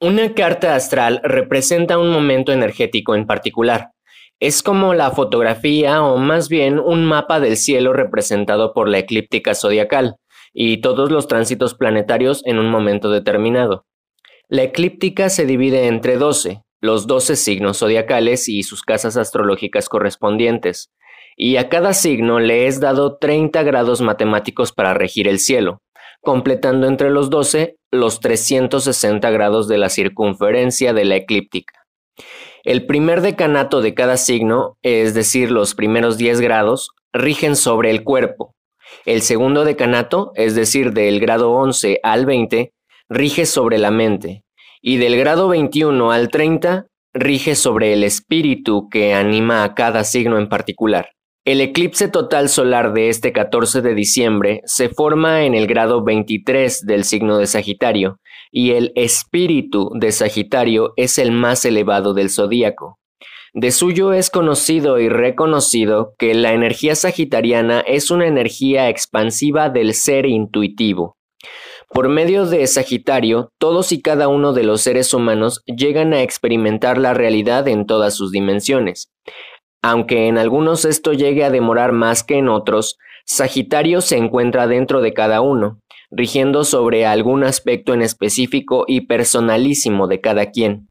Una carta astral representa un momento energético en particular. Es como la fotografía o más bien un mapa del cielo representado por la eclíptica zodiacal y todos los tránsitos planetarios en un momento determinado. La eclíptica se divide entre 12, los 12 signos zodiacales y sus casas astrológicas correspondientes, y a cada signo le es dado 30 grados matemáticos para regir el cielo, completando entre los 12 los 360 grados de la circunferencia de la eclíptica. El primer decanato de cada signo, es decir, los primeros 10 grados, rigen sobre el cuerpo. El segundo decanato, es decir, del grado 11 al 20, rige sobre la mente. Y del grado 21 al 30, rige sobre el espíritu que anima a cada signo en particular. El eclipse total solar de este 14 de diciembre se forma en el grado 23 del signo de Sagitario, y el espíritu de Sagitario es el más elevado del zodíaco. De suyo es conocido y reconocido que la energía sagitariana es una energía expansiva del ser intuitivo. Por medio de Sagitario, todos y cada uno de los seres humanos llegan a experimentar la realidad en todas sus dimensiones. Aunque en algunos esto llegue a demorar más que en otros, Sagitario se encuentra dentro de cada uno, rigiendo sobre algún aspecto en específico y personalísimo de cada quien.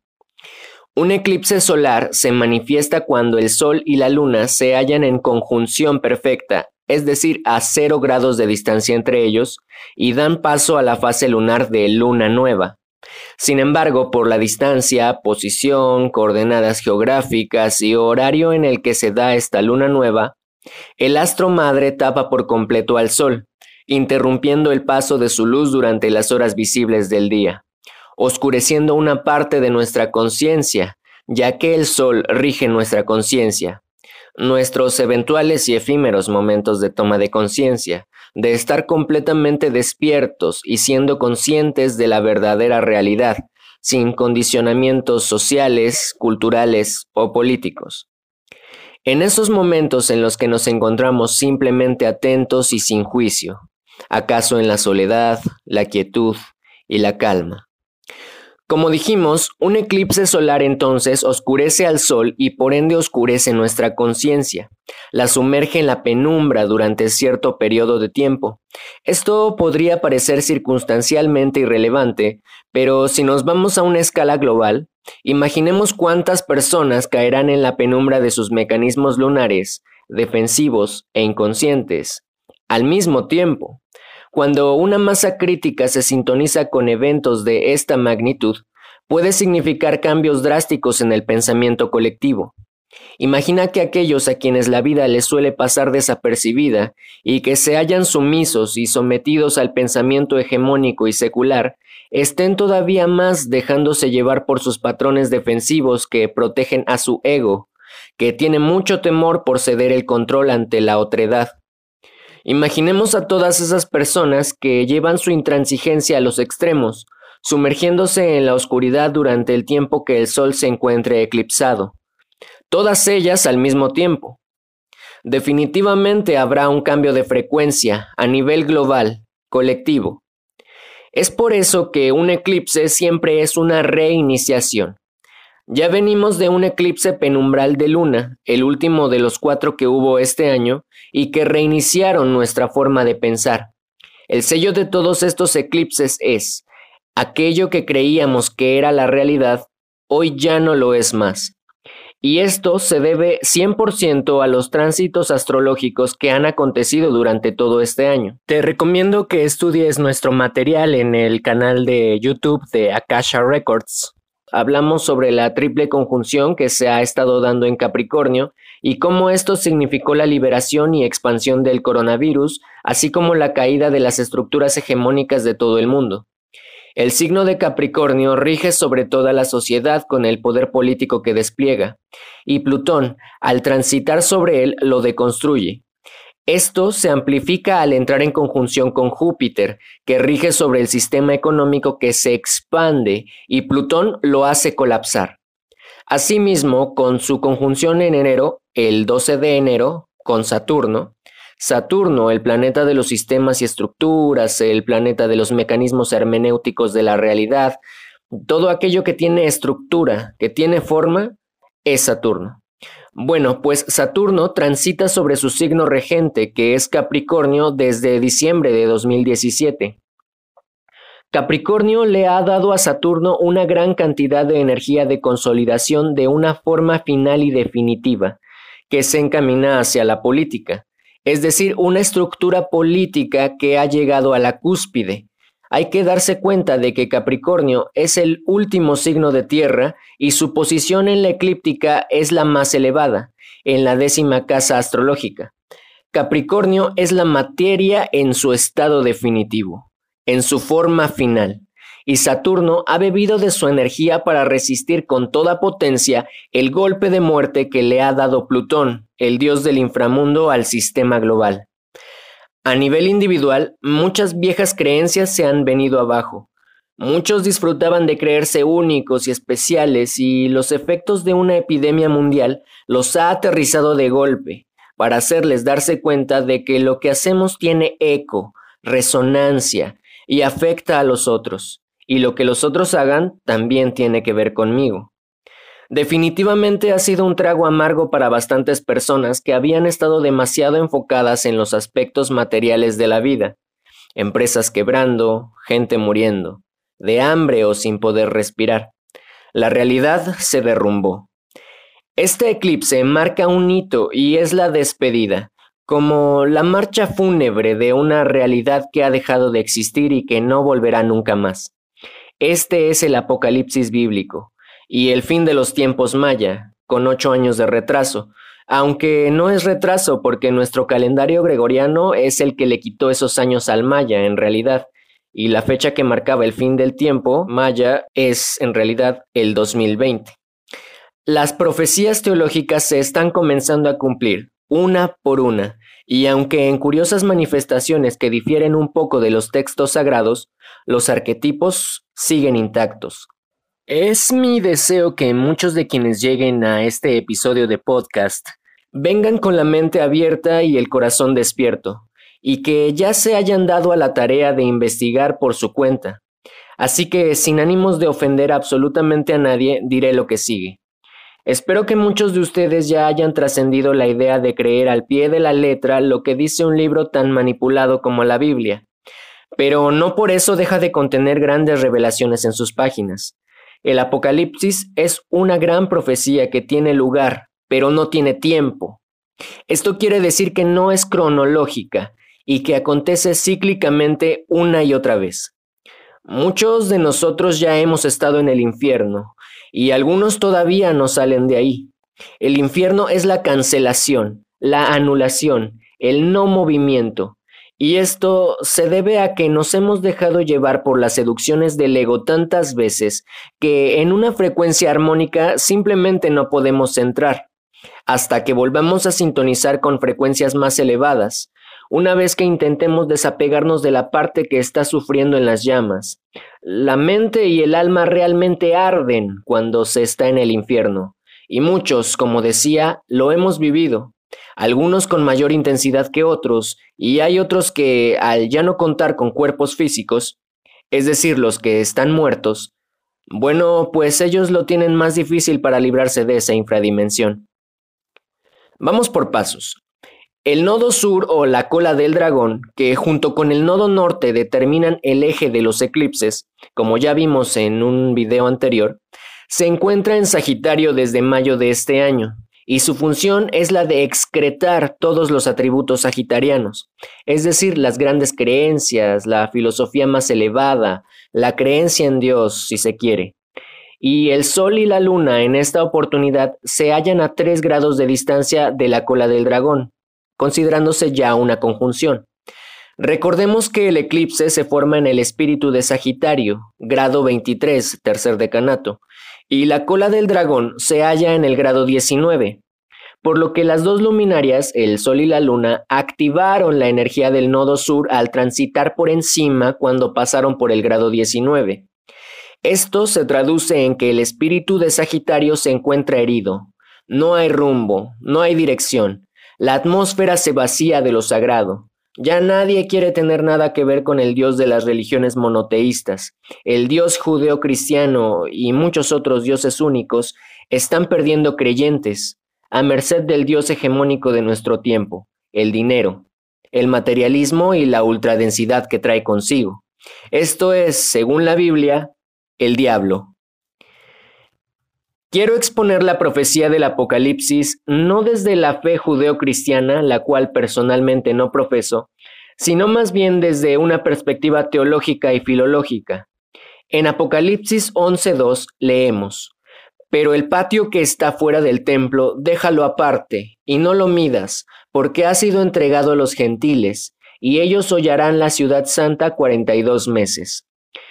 Un eclipse solar se manifiesta cuando el Sol y la Luna se hallan en conjunción perfecta, es decir, a 0 grados de distancia entre ellos, y dan paso a la fase lunar de luna nueva. Sin embargo, por la distancia, posición, coordenadas geográficas y horario en el que se da esta luna nueva, el astro madre tapa por completo al Sol, interrumpiendo el paso de su luz durante las horas visibles del día, oscureciendo una parte de nuestra conciencia, ya que el Sol rige nuestra conciencia, nuestros eventuales y efímeros momentos de toma de conciencia, de estar completamente despiertos y siendo conscientes de la verdadera realidad, sin condicionamientos sociales, culturales o políticos. En esos momentos en los que nos encontramos simplemente atentos y sin juicio, acaso en la soledad, la quietud y la calma. Como dijimos, un eclipse solar entonces oscurece al Sol y por ende oscurece nuestra conciencia, la sumerge en la penumbra durante cierto periodo de tiempo. Esto podría parecer circunstancialmente irrelevante, pero si nos vamos a una escala global, imaginemos cuántas personas caerán en la penumbra de sus mecanismos lunares, defensivos e inconscientes, al mismo tiempo. Cuando una masa crítica se sintoniza con eventos de esta magnitud, puede significar cambios drásticos en el pensamiento colectivo. Imagina que aquellos a quienes la vida les suele pasar desapercibida y que se hallan sumisos y sometidos al pensamiento hegemónico y secular, estén todavía más dejándose llevar por sus patrones defensivos que protegen a su ego, que tiene mucho temor por ceder el control ante la otredad. Imaginemos a todas esas personas que llevan su intransigencia a los extremos, sumergiéndose en la oscuridad durante el tiempo que el Sol se encuentre eclipsado. Todas ellas al mismo tiempo. Definitivamente habrá un cambio de frecuencia a nivel global, colectivo. Es por eso que un eclipse siempre es una reiniciación. Ya venimos de un eclipse penumbral de luna, el último de los 4 que hubo este año, y que reiniciaron nuestra forma de pensar. El sello de todos estos eclipses es, aquello que creíamos que era la realidad, hoy ya no lo es más. Y esto se debe 100% a los tránsitos astrológicos que han acontecido durante todo este año. Te recomiendo que estudies nuestro material en el canal de YouTube de Akasha Records. Hablamos sobre la triple conjunción que se ha estado dando en Capricornio y cómo esto significó la liberación y expansión del coronavirus, así como la caída de las estructuras hegemónicas de todo el mundo. El signo de Capricornio rige sobre toda la sociedad con el poder político que despliega, y Plutón, al transitar sobre él, lo deconstruye. Esto se amplifica al entrar en conjunción con Júpiter, que rige sobre el sistema económico que se expande, y Plutón lo hace colapsar. Asimismo, con su conjunción en enero, el 12 de enero, con Saturno, el planeta de los sistemas y estructuras, el planeta de los mecanismos hermenéuticos de la realidad, Todo aquello que tiene estructura, que tiene forma, es Saturno. Bueno, pues Saturno transita sobre su signo regente, que es Capricornio, desde diciembre de 2017. Capricornio le ha dado a Saturno una gran cantidad de energía de consolidación de una forma final y definitiva, que se encamina hacia la política, es decir, una estructura política que ha llegado a la cúspide. Hay que darse cuenta de que Capricornio es el último signo de tierra y su posición en la eclíptica es la más elevada, en la 10ª casa astrológica. Capricornio es la materia en su estado definitivo, en su forma final, y Saturno ha bebido de su energía para resistir con toda potencia el golpe de muerte que le ha dado Plutón, el dios del inframundo, al sistema global. A nivel individual, muchas viejas creencias se han venido abajo. Muchos disfrutaban de creerse únicos y especiales y los efectos de una epidemia mundial los ha aterrizado de golpe para hacerles darse cuenta de que lo que hacemos tiene eco, resonancia y afecta a los otros, y lo que los otros hagan también tiene que ver conmigo. Definitivamente ha sido un trago amargo para bastantes personas que habían estado demasiado enfocadas en los aspectos materiales de la vida. Empresas quebrando, gente muriendo, de hambre o sin poder respirar. La realidad se derrumbó. Este eclipse marca un hito y es la despedida, como la marcha fúnebre de una realidad que ha dejado de existir y que no volverá nunca más. Este es el apocalipsis bíblico y el fin de los tiempos maya, con 8 años de retraso, aunque no es retraso porque nuestro calendario gregoriano es el que le quitó esos años al maya en realidad, y la fecha que marcaba el fin del tiempo maya es en realidad el 2020. Las profecías teológicas se están comenzando a cumplir, una por una, y aunque en curiosas manifestaciones que difieren un poco de los textos sagrados, los arquetipos siguen intactos. Es mi deseo que muchos de quienes lleguen a este episodio de podcast vengan con la mente abierta y el corazón despierto, y que ya se hayan dado a la tarea de investigar por su cuenta. Así que, sin ánimos de ofender absolutamente a nadie, diré lo que sigue. Espero que muchos de ustedes ya hayan trascendido la idea de creer al pie de la letra lo que dice un libro tan manipulado como la Biblia, pero no por eso deja de contener grandes revelaciones en sus páginas. El Apocalipsis es una gran profecía que tiene lugar, pero no tiene tiempo. Esto quiere decir que no es cronológica y que acontece cíclicamente una y otra vez. Muchos de nosotros ya hemos estado en el infierno y algunos todavía no salen de ahí. El infierno es la cancelación, la anulación, el no movimiento. Y esto se debe a que nos hemos dejado llevar por las seducciones del ego tantas veces que en una frecuencia armónica simplemente no podemos entrar, hasta que volvamos a sintonizar con frecuencias más elevadas, una vez que intentemos desapegarnos de la parte que está sufriendo en las llamas. La mente y el alma realmente arden cuando se está en el infierno, y muchos, como decía, lo hemos vivido. Algunos con mayor intensidad que otros, y hay otros que, al ya no contar con cuerpos físicos, es decir, los que están muertos, bueno, pues ellos lo tienen más difícil para librarse de esa infradimensión. Vamos por pasos. El nodo sur o la cola del dragón, que junto con el nodo norte determinan el eje de los eclipses, como ya vimos en un video anterior, se encuentra en Sagitario desde mayo de este año. Y su función es la de excretar todos los atributos sagitarianos, es decir, las grandes creencias, la filosofía más elevada, la creencia en Dios, si se quiere. Y el Sol y la Luna en esta oportunidad se hallan a 3 grados de distancia de la cola del dragón, considerándose ya una conjunción. Recordemos que el eclipse se forma en el espíritu de Sagitario, grado 23, tercer decanato, y la cola del dragón se halla en el grado 19, por lo que las dos luminarias, el Sol y la Luna, activaron la energía del nodo sur al transitar por encima cuando pasaron por el grado 19. Esto se traduce en que el espíritu de Sagitario se encuentra herido. No hay rumbo, no hay dirección. La atmósfera se vacía de lo sagrado. Ya nadie quiere tener nada que ver con el Dios de las religiones monoteístas. El Dios judeocristiano y muchos otros dioses únicos están perdiendo creyentes a merced del Dios hegemónico de nuestro tiempo, el dinero, el materialismo y la ultradensidad que trae consigo. Esto es, según la Biblia, el diablo. Quiero exponer la profecía del Apocalipsis no desde la fe judeocristiana, la cual personalmente no profeso, sino más bien desde una perspectiva teológica y filológica. En Apocalipsis 11:2 leemos: Pero el patio que está fuera del templo, déjalo aparte, y no lo midas, porque ha sido entregado a los gentiles, y ellos hollarán la ciudad santa 42 meses.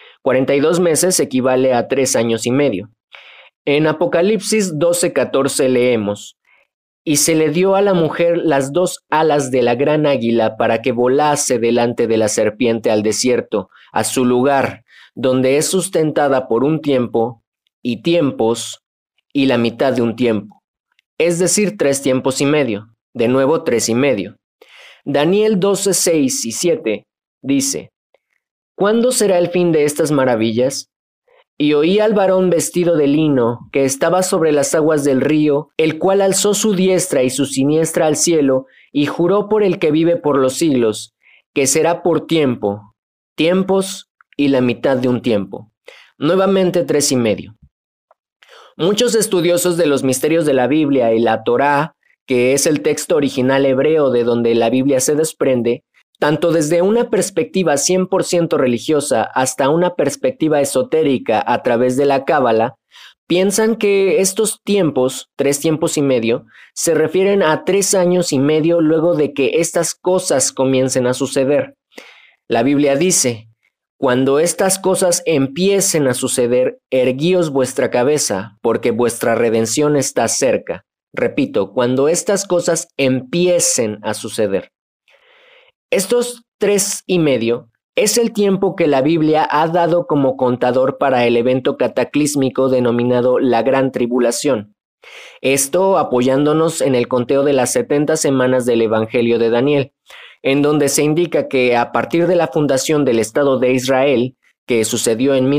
42 meses equivale a 3 años y medio. En Apocalipsis 12:14 leemos: Y se le dio a la mujer las 2 alas de la gran águila para que volase delante de la serpiente al desierto, a su lugar, donde es sustentada por un tiempo, y tiempos, y la mitad de un tiempo. Es decir, 3 tiempos y medio. De nuevo, 3 y medio. Daniel 12:6 y 7 dice: ¿Cuándo será el fin de estas maravillas? Y oí al varón vestido de lino, que estaba sobre las aguas del río, el cual alzó su diestra y su siniestra al cielo, y juró por el que vive por los siglos, que será por tiempo, tiempos y la mitad de un tiempo. Nuevamente 3 y medio. Muchos estudiosos de los misterios de la Biblia y la Torá, que es el texto original hebreo de donde la Biblia se desprende, tanto desde una perspectiva 100% religiosa hasta una perspectiva esotérica a través de la Cábala, piensan que estos tiempos, 3 tiempos y medio, se refieren a 3 años y medio luego de que estas cosas comiencen a suceder. La Biblia dice: Cuando estas cosas empiecen a suceder, erguíos vuestra cabeza, porque vuestra redención está cerca. Repito, cuando estas cosas empiecen a suceder. Estos 3 y medio es el tiempo que la Biblia ha dado como contador para el evento cataclísmico denominado la Gran Tribulación. Esto apoyándonos en el conteo de las 70 semanas del Evangelio de Daniel, en donde se indica que a partir de la fundación del Estado de Israel, que sucedió en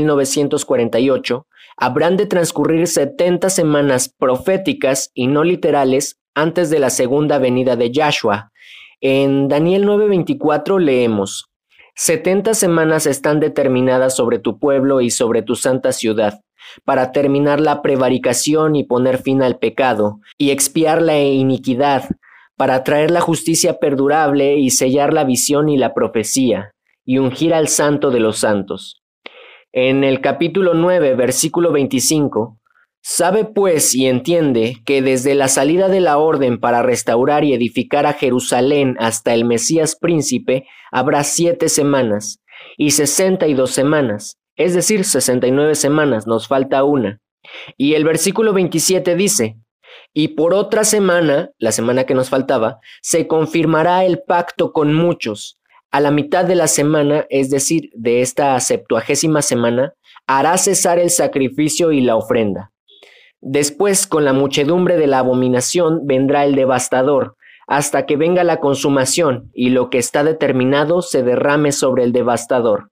1948, habrán de transcurrir 70 semanas proféticas y no literales antes de la segunda venida de Yahshua. En Daniel 9:24 leemos: 70 semanas están determinadas sobre tu pueblo y sobre tu santa ciudad, para terminar la prevaricación y poner fin al pecado, y expiar la iniquidad, para traer la justicia perdurable y sellar la visión y la profecía, y ungir al santo de los santos. En el capítulo 9, versículo 25, sabe pues y entiende que desde la salida de la orden para restaurar y edificar a Jerusalén hasta el Mesías príncipe habrá 7 semanas y 62 semanas, es decir, 69 semanas, nos falta una. Y el versículo 27 dice: y por otra semana, la semana que nos faltaba, se confirmará el pacto con muchos. A la mitad de la semana, es decir, de esta 70ª semana, hará cesar el sacrificio y la ofrenda. Después, con la muchedumbre de la abominación, vendrá el devastador, hasta que venga la consumación, y lo que está determinado se derrame sobre el devastador.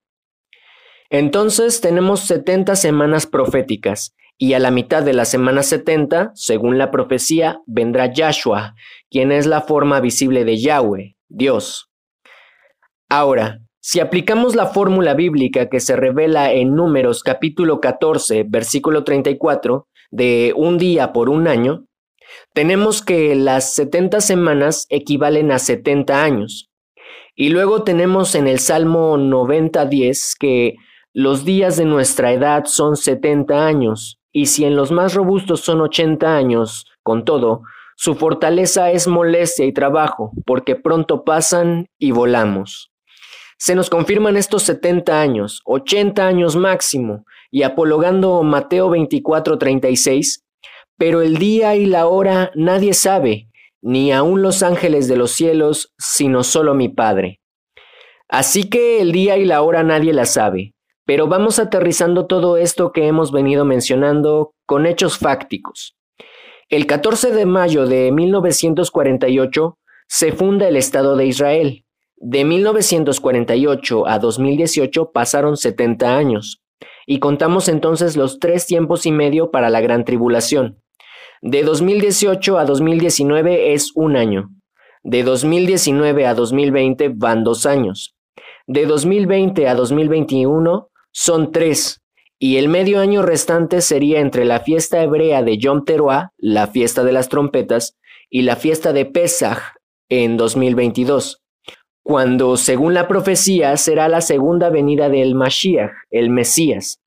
Entonces tenemos 70 semanas proféticas, y a la mitad de la semana 70, según la profecía, vendrá Yahshua, quien es la forma visible de Yahweh, Dios. Ahora, si aplicamos la fórmula bíblica que se revela en Números capítulo 14, versículo 34, de un día por un año, tenemos que las 70 semanas equivalen a 70 años. Y luego tenemos en el Salmo 90:10 que los días de nuestra edad son 70 años, y si en los más robustos son 80 años, con todo, su fortaleza es molestia y trabajo, porque pronto pasan y volamos. Se nos confirman estos 70 años, 80 años máximo, y apologando Mateo 24:36, pero el día y la hora nadie sabe, ni aun los ángeles de los cielos, sino solo mi Padre. Así que el día y la hora nadie la sabe, pero vamos aterrizando todo esto que hemos venido mencionando con hechos fácticos. El 14 de mayo de 1948 se funda el Estado de Israel. De 1948 a 2018 pasaron 70 años, y contamos entonces los 3 tiempos y medio para la Gran Tribulación. De 2018 a 2019 es 1 año. De 2019 a 2020 van 2 años. De 2020 a 2021 son 3, y el medio año restante sería entre la fiesta hebrea de Yom Teruah, la fiesta de las trompetas, y la fiesta de Pesaj en 2022, cuando, según la profecía, será la segunda venida del Mashiach, el Mesías.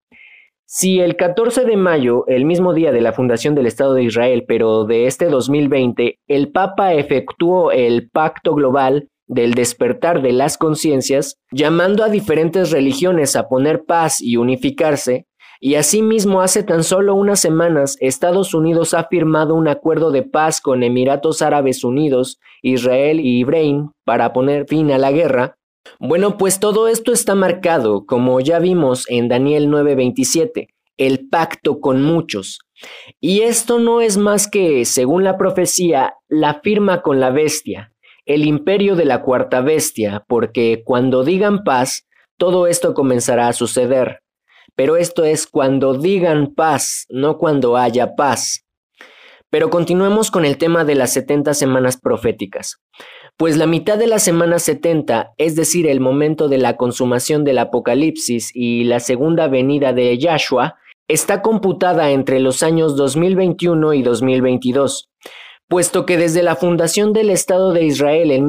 Si el 14 de mayo, el mismo día de la fundación del Estado de Israel, pero de este 2020, el Papa efectuó el Pacto Global del Despertar de las Conciencias, llamando a diferentes religiones a poner paz y unificarse, y asimismo hace tan solo unas semanas Estados Unidos ha firmado un acuerdo de paz con Emiratos Árabes Unidos, Israel y Bahrein para poner fin a la guerra. Bueno, pues todo esto está marcado, como ya vimos en Daniel 9:27, el pacto con muchos. Y esto no es más que, según la profecía, la firma con la bestia, el imperio de la cuarta bestia, porque cuando digan paz, todo esto comenzará a suceder. Pero esto es cuando digan paz, no cuando haya paz. Pero continuemos con el tema de las 70 semanas proféticas. Pues la mitad de la semana 70, es decir, el momento de la consumación del Apocalipsis y la segunda venida de Yahshua, está computada entre los años 2021 y 2022. Puesto que desde la fundación del Estado de Israel en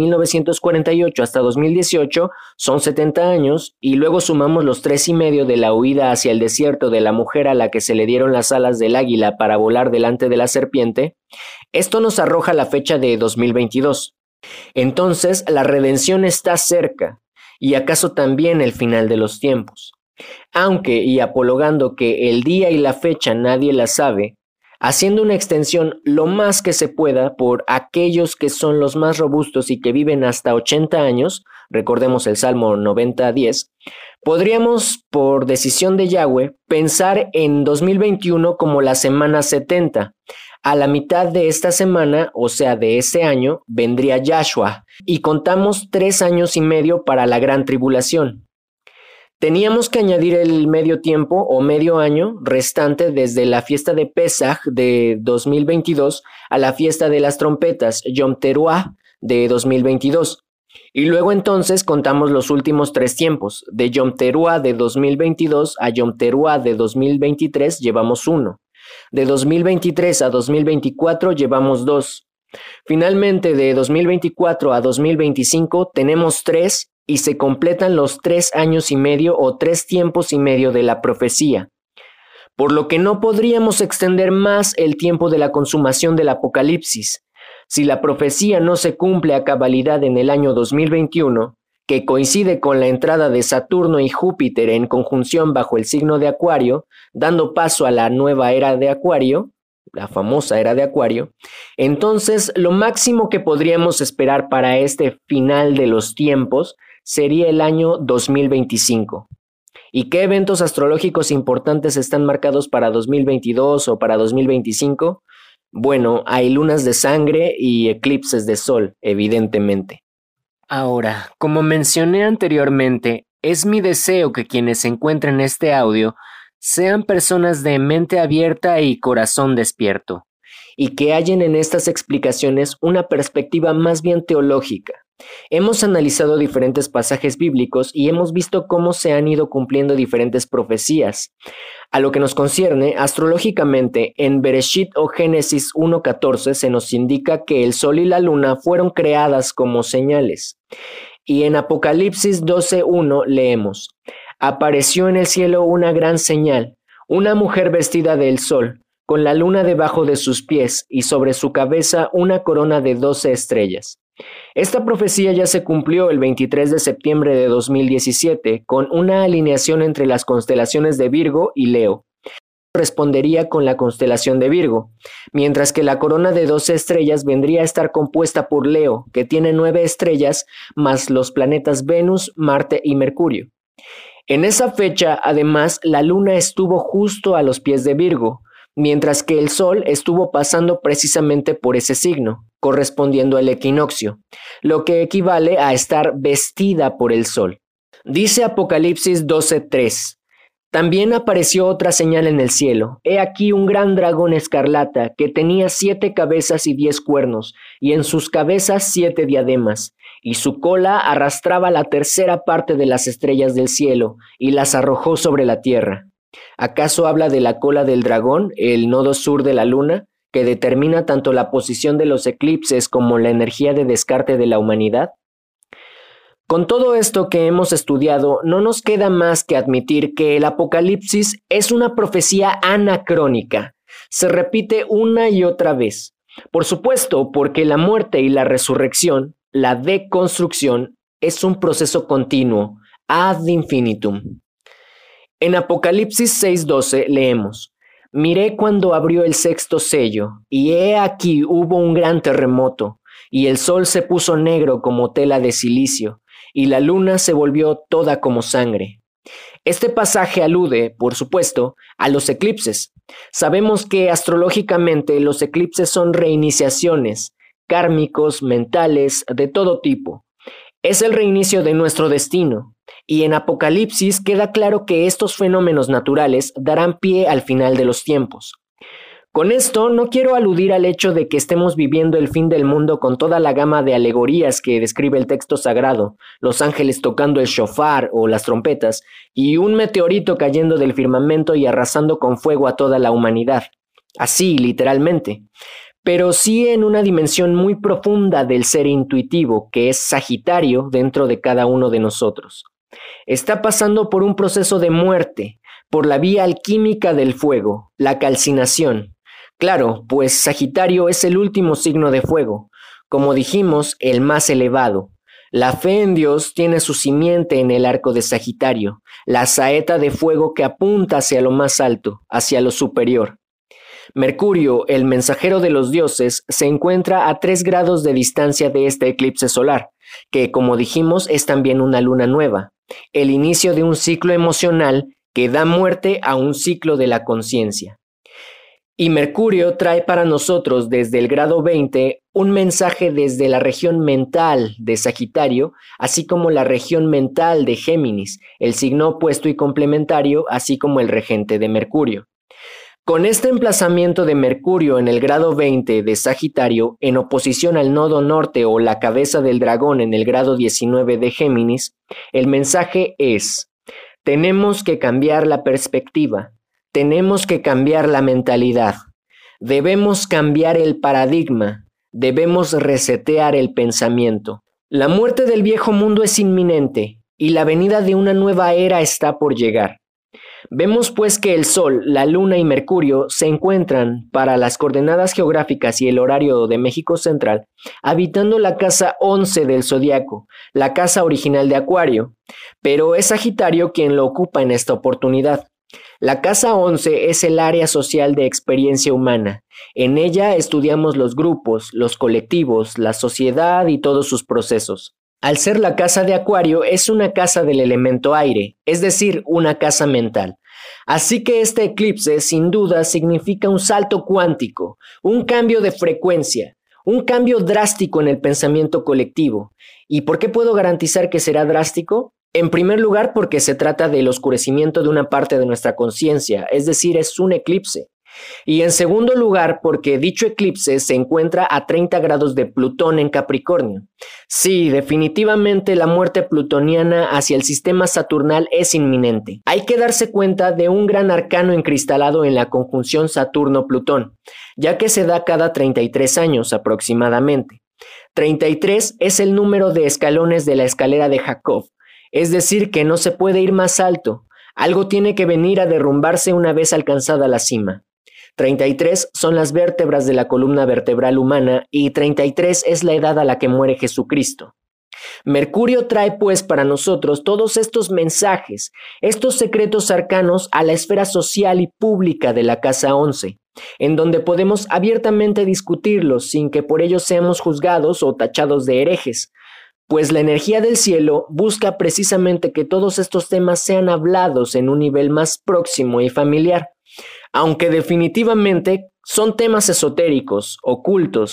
1948 hasta 2018 son 70 años, y luego sumamos los 3 y medio de la huida hacia el desierto de la mujer a la que se le dieron las alas del águila para volar delante de la serpiente, esto nos arroja la fecha de 2022. Entonces, la redención está cerca, y acaso también el final de los tiempos. Aunque, y apologando que el día y la fecha nadie la sabe, haciendo una extensión lo más que se pueda por aquellos que son los más robustos y que viven hasta 80 años, recordemos el Salmo 90:10, podríamos, por decisión de Yahweh, pensar en 2021 como la semana 70. A la mitad de esta semana, o sea de ese año, vendría Yahshua, y contamos 3 años y medio para la gran tribulación. Teníamos que añadir el medio tiempo o medio año restante desde la fiesta de Pesaj de 2022 a la fiesta de las trompetas, Yom Teruah, de 2022. Y luego entonces contamos los últimos 3 tiempos. De Yom Teruah de 2022 a Yom Teruah de 2023 llevamos 1. De 2023 a 2024 llevamos 2. Finalmente, de 2024 a 2025 tenemos 3 y se completan los 3 años y medio o 3 tiempos y medio de la profecía. Por lo que no podríamos extender más el tiempo de la consumación del Apocalipsis. Si la profecía no se cumple a cabalidad en el año 2021, que coincide con la entrada de Saturno y Júpiter en conjunción bajo el signo de Acuario, dando paso a la nueva era de Acuario, la famosa era de Acuario, entonces lo máximo que podríamos esperar para este final de los tiempos sería el año 2025. ¿Y qué eventos astrológicos importantes están marcados para 2022 o para 2025? Bueno, hay lunas de sangre y eclipses de sol, evidentemente. Ahora, como mencioné anteriormente, es mi deseo que quienes encuentren este audio sean personas de mente abierta y corazón despierto, y que hallen en estas explicaciones una perspectiva más bien teológica. Hemos analizado diferentes pasajes bíblicos y hemos visto cómo se han ido cumpliendo diferentes profecías. A lo que nos concierne, astrológicamente, en Bereshit o Génesis 1:14 se nos indica que el sol y la luna fueron creadas como señales. Y en Apocalipsis 12:1 leemos: apareció en el cielo una gran señal, una mujer vestida del sol, con la luna debajo de sus pies y sobre su cabeza una corona de 12 estrellas. Esta profecía ya se cumplió el 23 de septiembre de 2017 con una alineación entre las constelaciones de Virgo y Leo. Respondería con la constelación de Virgo, mientras que la corona de 12 estrellas vendría a estar compuesta por Leo, que tiene 9 estrellas, más los planetas Venus, Marte y Mercurio. En esa fecha, además, la luna estuvo justo a los pies de Virgo, mientras que el sol estuvo pasando precisamente por ese signo, correspondiendo al equinoccio, lo que equivale a estar vestida por el sol. Dice Apocalipsis 12:3. También apareció otra señal en el cielo. He aquí un gran dragón escarlata que tenía 7 cabezas y 10 cuernos, y en sus cabezas 7 diademas, y su cola arrastraba la tercera parte de las estrellas del cielo, y las arrojó sobre la tierra. ¿Acaso habla de la cola del dragón, el nodo sur de la luna, que determina tanto la posición de los eclipses como la energía de descarte de la humanidad? Con todo esto que hemos estudiado, no nos queda más que admitir que el Apocalipsis es una profecía anacrónica. Se repite una y otra vez. Por supuesto, porque la muerte y la resurrección, la deconstrucción, es un proceso continuo, ad infinitum. En Apocalipsis 6:12 leemos: Miré cuando abrió el sexto sello, y he aquí hubo un gran terremoto, y el sol se puso negro como tela de silicio, y la luna se volvió toda como sangre. Este pasaje alude, por supuesto, a los eclipses. Sabemos que astrológicamente los eclipses son reiniciaciones, kármicos, mentales, de todo tipo. Es el reinicio de nuestro destino, y en Apocalipsis queda claro que estos fenómenos naturales darán pie al final de los tiempos. Con esto no quiero aludir al hecho de que estemos viviendo el fin del mundo con toda la gama de alegorías que describe el texto sagrado, los ángeles tocando el shofar o las trompetas, y un meteorito cayendo del firmamento y arrasando con fuego a toda la humanidad. Así, literalmente. Pero sí en una dimensión muy profunda del ser intuitivo, que es Sagitario dentro de cada uno de nosotros. Está pasando por un proceso de muerte, por la vía alquímica del fuego, la calcinación. Claro, pues Sagitario es el último signo de fuego, como dijimos, el más elevado. La fe en Dios tiene su simiente en el arco de Sagitario, la saeta de fuego que apunta hacia lo más alto, hacia lo superior. Mercurio, el mensajero de los dioses, se encuentra a 3 grados de distancia de este eclipse solar, que como dijimos es también una luna nueva, el inicio de un ciclo emocional que da muerte a un ciclo de la conciencia. Y Mercurio trae para nosotros desde el grado 20 un mensaje desde la región mental de Sagitario, así como la región mental de Géminis, el signo opuesto y complementario, así como el regente de Mercurio. Con este emplazamiento de Mercurio en el grado 20 de Sagitario, en oposición al nodo norte o la cabeza del dragón en el grado 19 de Géminis, el mensaje es: tenemos que cambiar la perspectiva. Tenemos que cambiar la mentalidad, debemos cambiar el paradigma, debemos resetear el pensamiento. La muerte del viejo mundo es inminente y la venida de una nueva era está por llegar. Vemos pues que el Sol, la Luna y Mercurio se encuentran, para las coordenadas geográficas y el horario de México Central, habitando la casa 11 del zodiaco, la casa original de Acuario, pero es Sagitario quien lo ocupa en esta oportunidad. La casa 11 es el área social de experiencia humana. En ella estudiamos los grupos, los colectivos, la sociedad y todos sus procesos. Al ser la casa de Acuario, es una casa del elemento aire, es decir, una casa mental. Así que este eclipse, sin duda, significa un salto cuántico, un cambio de frecuencia, un cambio drástico en el pensamiento colectivo. ¿Y por qué puedo garantizar que será drástico? En primer lugar, porque se trata del oscurecimiento de una parte de nuestra conciencia, es decir, es un eclipse. Y en segundo lugar, porque dicho eclipse se encuentra a 30 grados de Plutón en Capricornio. Sí, definitivamente la muerte plutoniana hacia el sistema saturnal es inminente. Hay que darse cuenta de un gran arcano encristalado en la conjunción Saturno-Plutón, ya que se da cada 33 años aproximadamente. 33 es el número de escalones de la escalera de Jacob. Es decir, que no se puede ir más alto. Algo tiene que venir a derrumbarse una vez alcanzada la cima. 33 son las vértebras de la columna vertebral humana y 33 es la edad a la que muere Jesucristo. Mercurio trae pues para nosotros todos estos mensajes, estos secretos arcanos a la esfera social y pública de la Casa 11, en donde podemos abiertamente discutirlos sin que por ello seamos juzgados o tachados de herejes. Pues la energía del cielo busca precisamente que todos estos temas sean hablados en un nivel más próximo y familiar, aunque definitivamente son temas esotéricos, ocultos,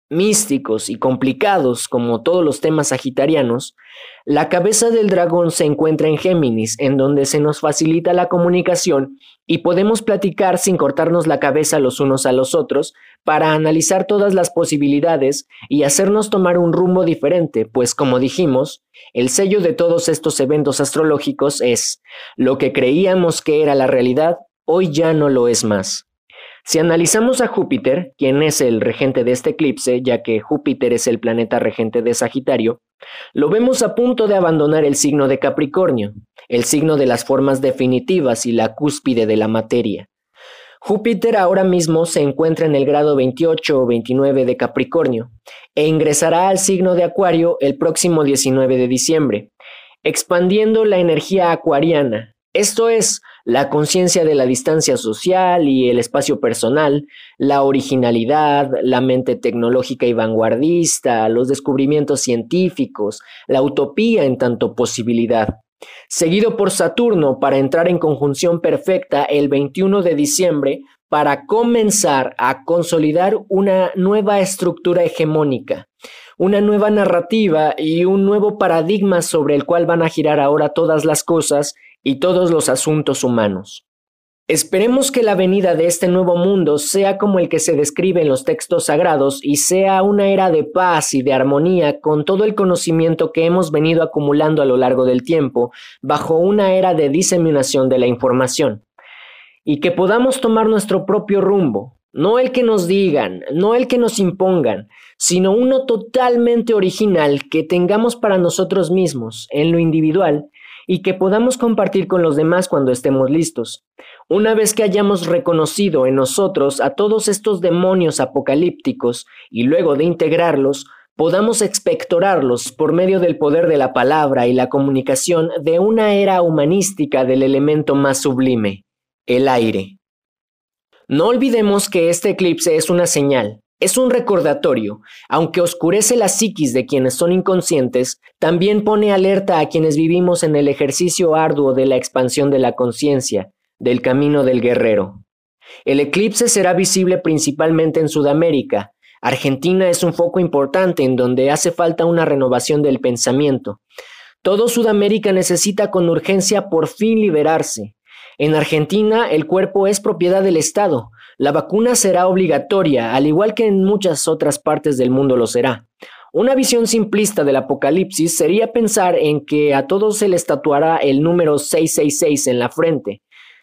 místicos y complicados como todos los temas sagitarianos, la cabeza del dragón se encuentra en Géminis, en donde se nos facilita la comunicación y podemos platicar sin cortarnos la cabeza los unos a los otros para analizar todas las posibilidades y hacernos tomar un rumbo diferente, pues como dijimos, el sello de todos estos eventos astrológicos es: lo que creíamos que era la realidad, hoy ya no lo es más. Si analizamos a Júpiter, quien es el regente de este eclipse, ya que Júpiter es el planeta regente de Sagitario, lo vemos a punto de abandonar el signo de Capricornio, el signo de las formas definitivas y la cúspide de la materia. Júpiter ahora mismo se encuentra en el grado 28 o 29 de Capricornio e ingresará al signo de Acuario el próximo 19 de diciembre, expandiendo la energía acuariana. Esto es, la conciencia de la distancia social y el espacio personal, la originalidad, la mente tecnológica y vanguardista, los descubrimientos científicos, la utopía en tanto posibilidad. Seguido por Saturno para entrar en conjunción perfecta el 21 de diciembre para comenzar a consolidar una nueva estructura hegemónica, una nueva narrativa y un nuevo paradigma sobre el cual van a girar ahora todas las cosas y todos los asuntos humanos. Esperemos que la venida de este nuevo mundo sea como el que se describe en los textos sagrados y sea una era de paz y de armonía con todo el conocimiento que hemos venido acumulando a lo largo del tiempo, bajo una era de diseminación de la información. Y que podamos tomar nuestro propio rumbo, no el que nos digan, no el que nos impongan, sino uno totalmente original que tengamos para nosotros mismos, en lo individual, y que podamos compartir con los demás cuando estemos listos. Una vez que hayamos reconocido en nosotros a todos estos demonios apocalípticos y luego de integrarlos, podamos expectorarlos por medio del poder de la palabra y la comunicación de una era humanística del elemento más sublime, el aire. No olvidemos que este eclipse es una señal. Es un recordatorio, aunque oscurece la psiquis de quienes son inconscientes, también pone alerta a quienes vivimos en el ejercicio arduo de la expansión de la conciencia, del camino del guerrero. El eclipse será visible principalmente en Sudamérica. Argentina es un foco importante en donde hace falta una renovación del pensamiento. Todo Sudamérica necesita con urgencia por fin liberarse. En Argentina, el cuerpo es propiedad del Estado. La vacuna será obligatoria, al igual que en muchas otras partes del mundo lo será. Una visión simplista del apocalipsis sería pensar en que a todos se les tatuará el número 666 en la frente.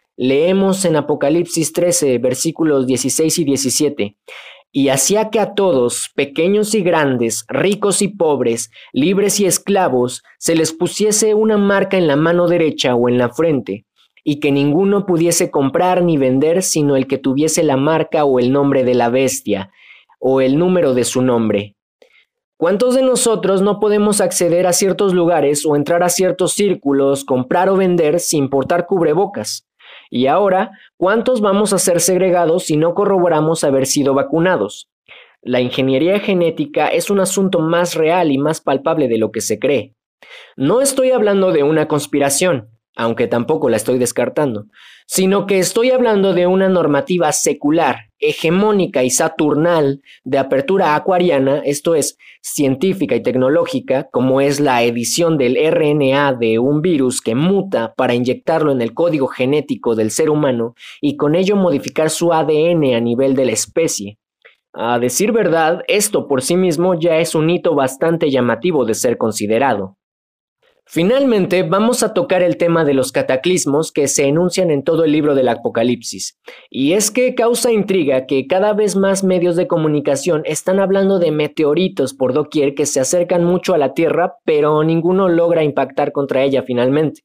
Leemos en Apocalipsis 13, versículos 16 y 17. Y hacía que a todos, pequeños y grandes, ricos y pobres, libres y esclavos, se les pusiese una marca en la mano derecha o en la frente, y que ninguno pudiese comprar ni vender sino el que tuviese la marca o el nombre de la bestia, o el número de su nombre. ¿Cuántos de nosotros no podemos acceder a ciertos lugares o entrar a ciertos círculos, comprar o vender sin portar cubrebocas? Y ahora, ¿cuántos vamos a ser segregados si no corroboramos haber sido vacunados? La ingeniería genética es un asunto más real y más palpable de lo que se cree. No estoy hablando de una conspiración, aunque tampoco la estoy descartando, sino que estoy hablando de una normativa secular, hegemónica y saturnal de apertura acuariana, esto es, científica y tecnológica, como es la edición del RNA de un virus que muta para inyectarlo en el código genético del ser humano y con ello modificar su ADN a nivel de la especie. A decir verdad, esto por sí mismo ya es un hito bastante llamativo de ser considerado. Finalmente, vamos a tocar el tema de los cataclismos que se enuncian en todo el libro del Apocalipsis. Y es que causa intriga que cada vez más medios de comunicación están hablando de meteoritos por doquier que se acercan mucho a la Tierra, pero ninguno logra impactar contra ella finalmente.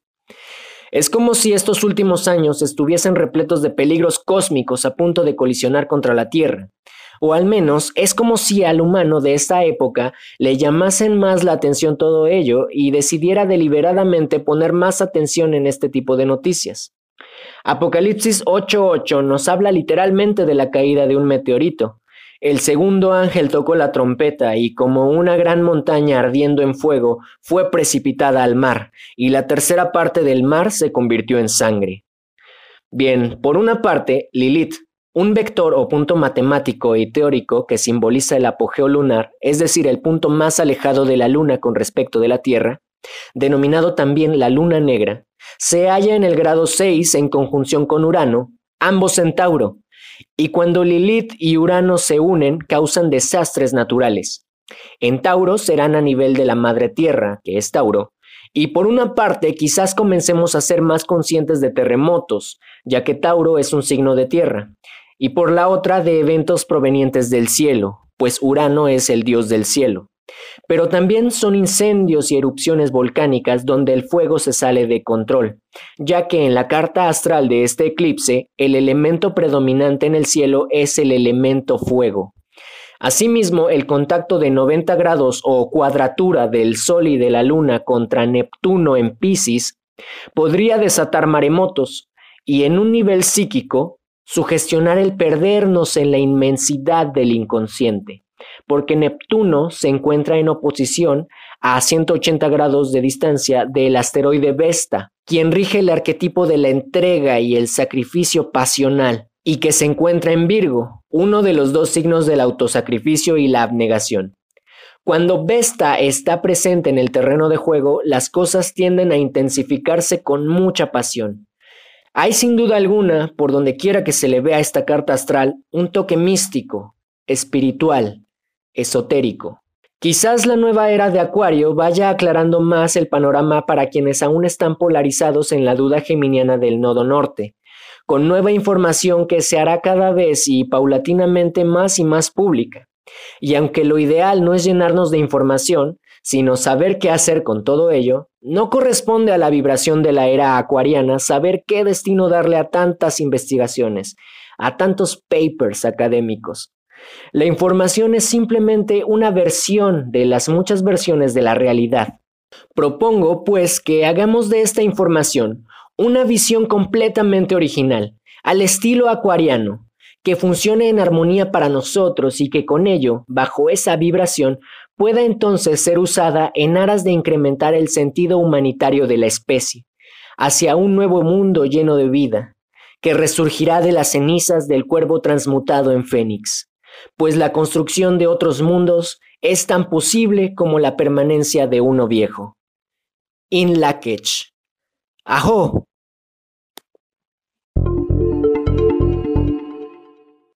Es como si estos últimos años estuviesen repletos de peligros cósmicos a punto de colisionar contra la Tierra. O al menos es como si al humano de esta época le llamasen más la atención todo ello y decidiera deliberadamente poner más atención en este tipo de noticias. Apocalipsis 8:8 nos habla literalmente de la caída de un meteorito. El segundo ángel tocó la trompeta y como una gran montaña ardiendo en fuego fue precipitada al mar, y la tercera parte del mar se convirtió en sangre. Bien, por una parte, Lilith, Un vector o punto matemático y teórico que simboliza el apogeo lunar, es decir, el punto más alejado de la Luna con respecto de la Tierra, denominado también la Luna Negra, se halla en el grado 6 en conjunción con Urano, ambos en Tauro, y cuando Lilith y Urano se unen causan desastres naturales. En Tauro serán a nivel de la Madre Tierra, que es Tauro, y por una parte quizás comencemos a ser más conscientes de terremotos, ya que Tauro es un signo de tierra, y por la otra de eventos provenientes del cielo, pues Urano es el dios del cielo. Pero también son incendios y erupciones volcánicas donde el fuego se sale de control, ya que en la carta astral de este eclipse, el elemento predominante en el cielo es el elemento fuego. Asimismo, el contacto de 90 grados o cuadratura del Sol y de la Luna contra Neptuno en Piscis podría desatar maremotos y en un nivel psíquico sugestionar el perdernos en la inmensidad del inconsciente, porque Neptuno se encuentra en oposición a 180 grados de distancia del asteroide Vesta, quien rige el arquetipo de la entrega y el sacrificio pasional, y que se encuentra en Virgo, uno de los dos signos del autosacrificio y la abnegación. Cuando Vesta está presente en el terreno de juego, las cosas tienden a intensificarse con mucha pasión. Hay sin duda alguna, por donde quiera que se le vea esta carta astral, un toque místico, espiritual, esotérico. Quizás la nueva era de Acuario vaya aclarando más el panorama para quienes aún están polarizados en la duda geminiana del nodo norte, con nueva información que se hará cada vez y paulatinamente más y más pública. Y aunque lo ideal no es llenarnos de información, sino saber qué hacer con todo ello, no corresponde a la vibración de la era acuariana saber qué destino darle a tantas investigaciones, a tantos papers académicos. La información es simplemente una versión de las muchas versiones de la realidad. Propongo, pues, que hagamos de esta información una visión completamente original, al estilo acuariano, que funcione en armonía para nosotros y que con ello, bajo esa vibración, pueda entonces ser usada en aras de incrementar el sentido humanitario de la especie, hacia un nuevo mundo lleno de vida, que resurgirá de las cenizas del cuervo transmutado en Fénix, pues la construcción de otros mundos es tan posible como la permanencia de uno viejo. In Lak'ech. ¡Ajo!